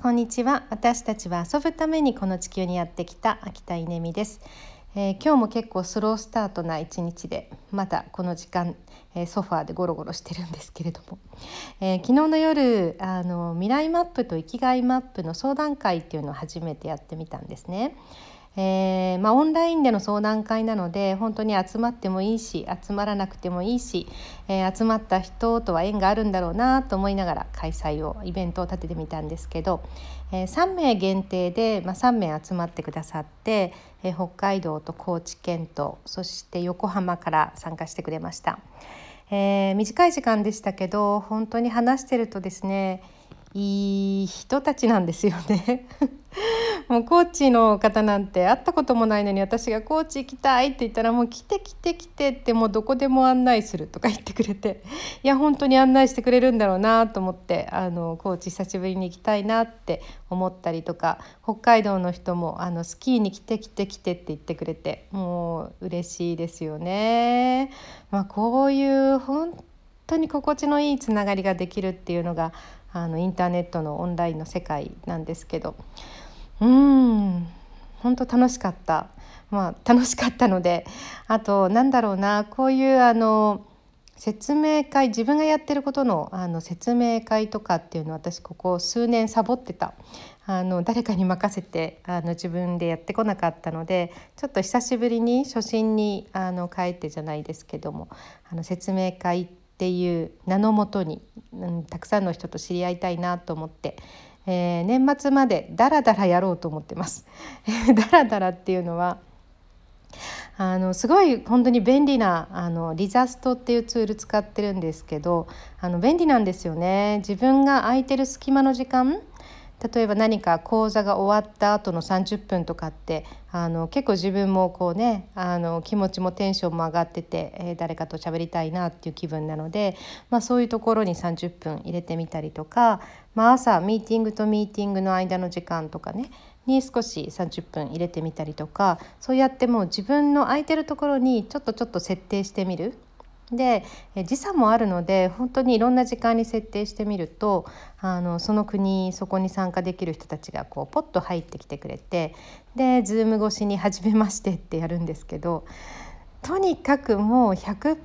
こんにちは。私たちは遊ぶためにこの地球にやってきた秋田稲美です。今日も結構スロースタートな一日でまだこの時間、ソファーでゴロゴロしてるんですけれども、昨日の夜未来マップと生きがいマップの相談会っていうのを初めてやってみたんですね。オンラインでの相談会なので本当に集まってもいいし集まらなくてもいいし、集まった人とは縁があるんだろうなと思いながらイベントを立ててみたんですけど、3名限定で、3名集まってくださって、北海道と高知県とそして横浜から参加してくれました。短い時間でしたけど本当に話してるとですね、いい人たちなんですよねもう高知の方なんて会ったこともないのに、私が高知行きたいって言ったらもう来て来て来てってもうどこでも案内するとか言ってくれて、いや本当に案内してくれるんだろうなと思って、高知久しぶりに行きたいなって思ったりとか、北海道の人もスキーに来て来て来てって言ってくれて、もう嬉しいですよね。こういう本当に心地のいいつながりができるっていうのがインターネットのオンラインの世界なんですけど、本当楽しかった。楽しかったので、あとこういう説明会、自分がやってることの説明会とかっていうのを私ここ数年サボってた。誰かに任せて自分でやってこなかったので、ちょっと久しぶりに初心に帰ってじゃないですけども、説明会っていう名のもとに、たくさんの人と知り合いたいなと思って、年末までダラダラやろうと思ってますダラダラっていうのはすごい本当に便利なリザストっていうツール使ってるんですけど、便利なんですよね。自分が空いてる隙間の時間、例えば何か講座が終わった後の30分とかって結構自分もこうね気持ちもテンションも上がってて、誰かと喋りたいなっていう気分なので、そういうところに30分入れてみたりとか、朝ミーティングとミーティングの間の時間とかねに少し30分入れてみたりとか、そうやってもう自分の空いてるところにちょっと設定してみる。で時差もあるので本当にいろんな時間に設定してみるとそこに参加できる人たちがこうポッと入ってきてくれて、でズーム越しに初めましてってやるんですけど、とにかくもう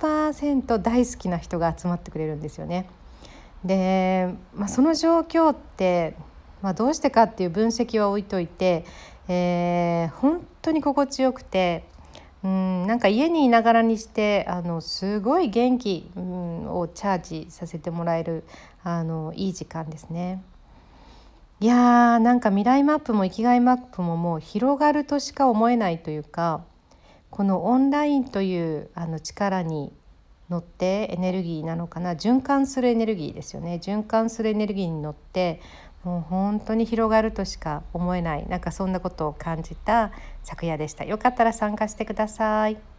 100% 大好きな人が集まってくれるんですよね。で、その状況って、どうしてかっていう分析は置いといて、本当に心地よくて、なんか家にいながらにしてすごい元気、をチャージさせてもらえるいい時間ですね。いやー、なんか未来マップも生きがいマップももう広がるとしか思えないというか、このオンラインという力に乗って、エネルギーなのかな、循環するエネルギーですよね。循環するエネルギーに乗ってもう本当に広がるとしか思えない、なんかそんなことを感じた昨夜でした。よかったら参加してください。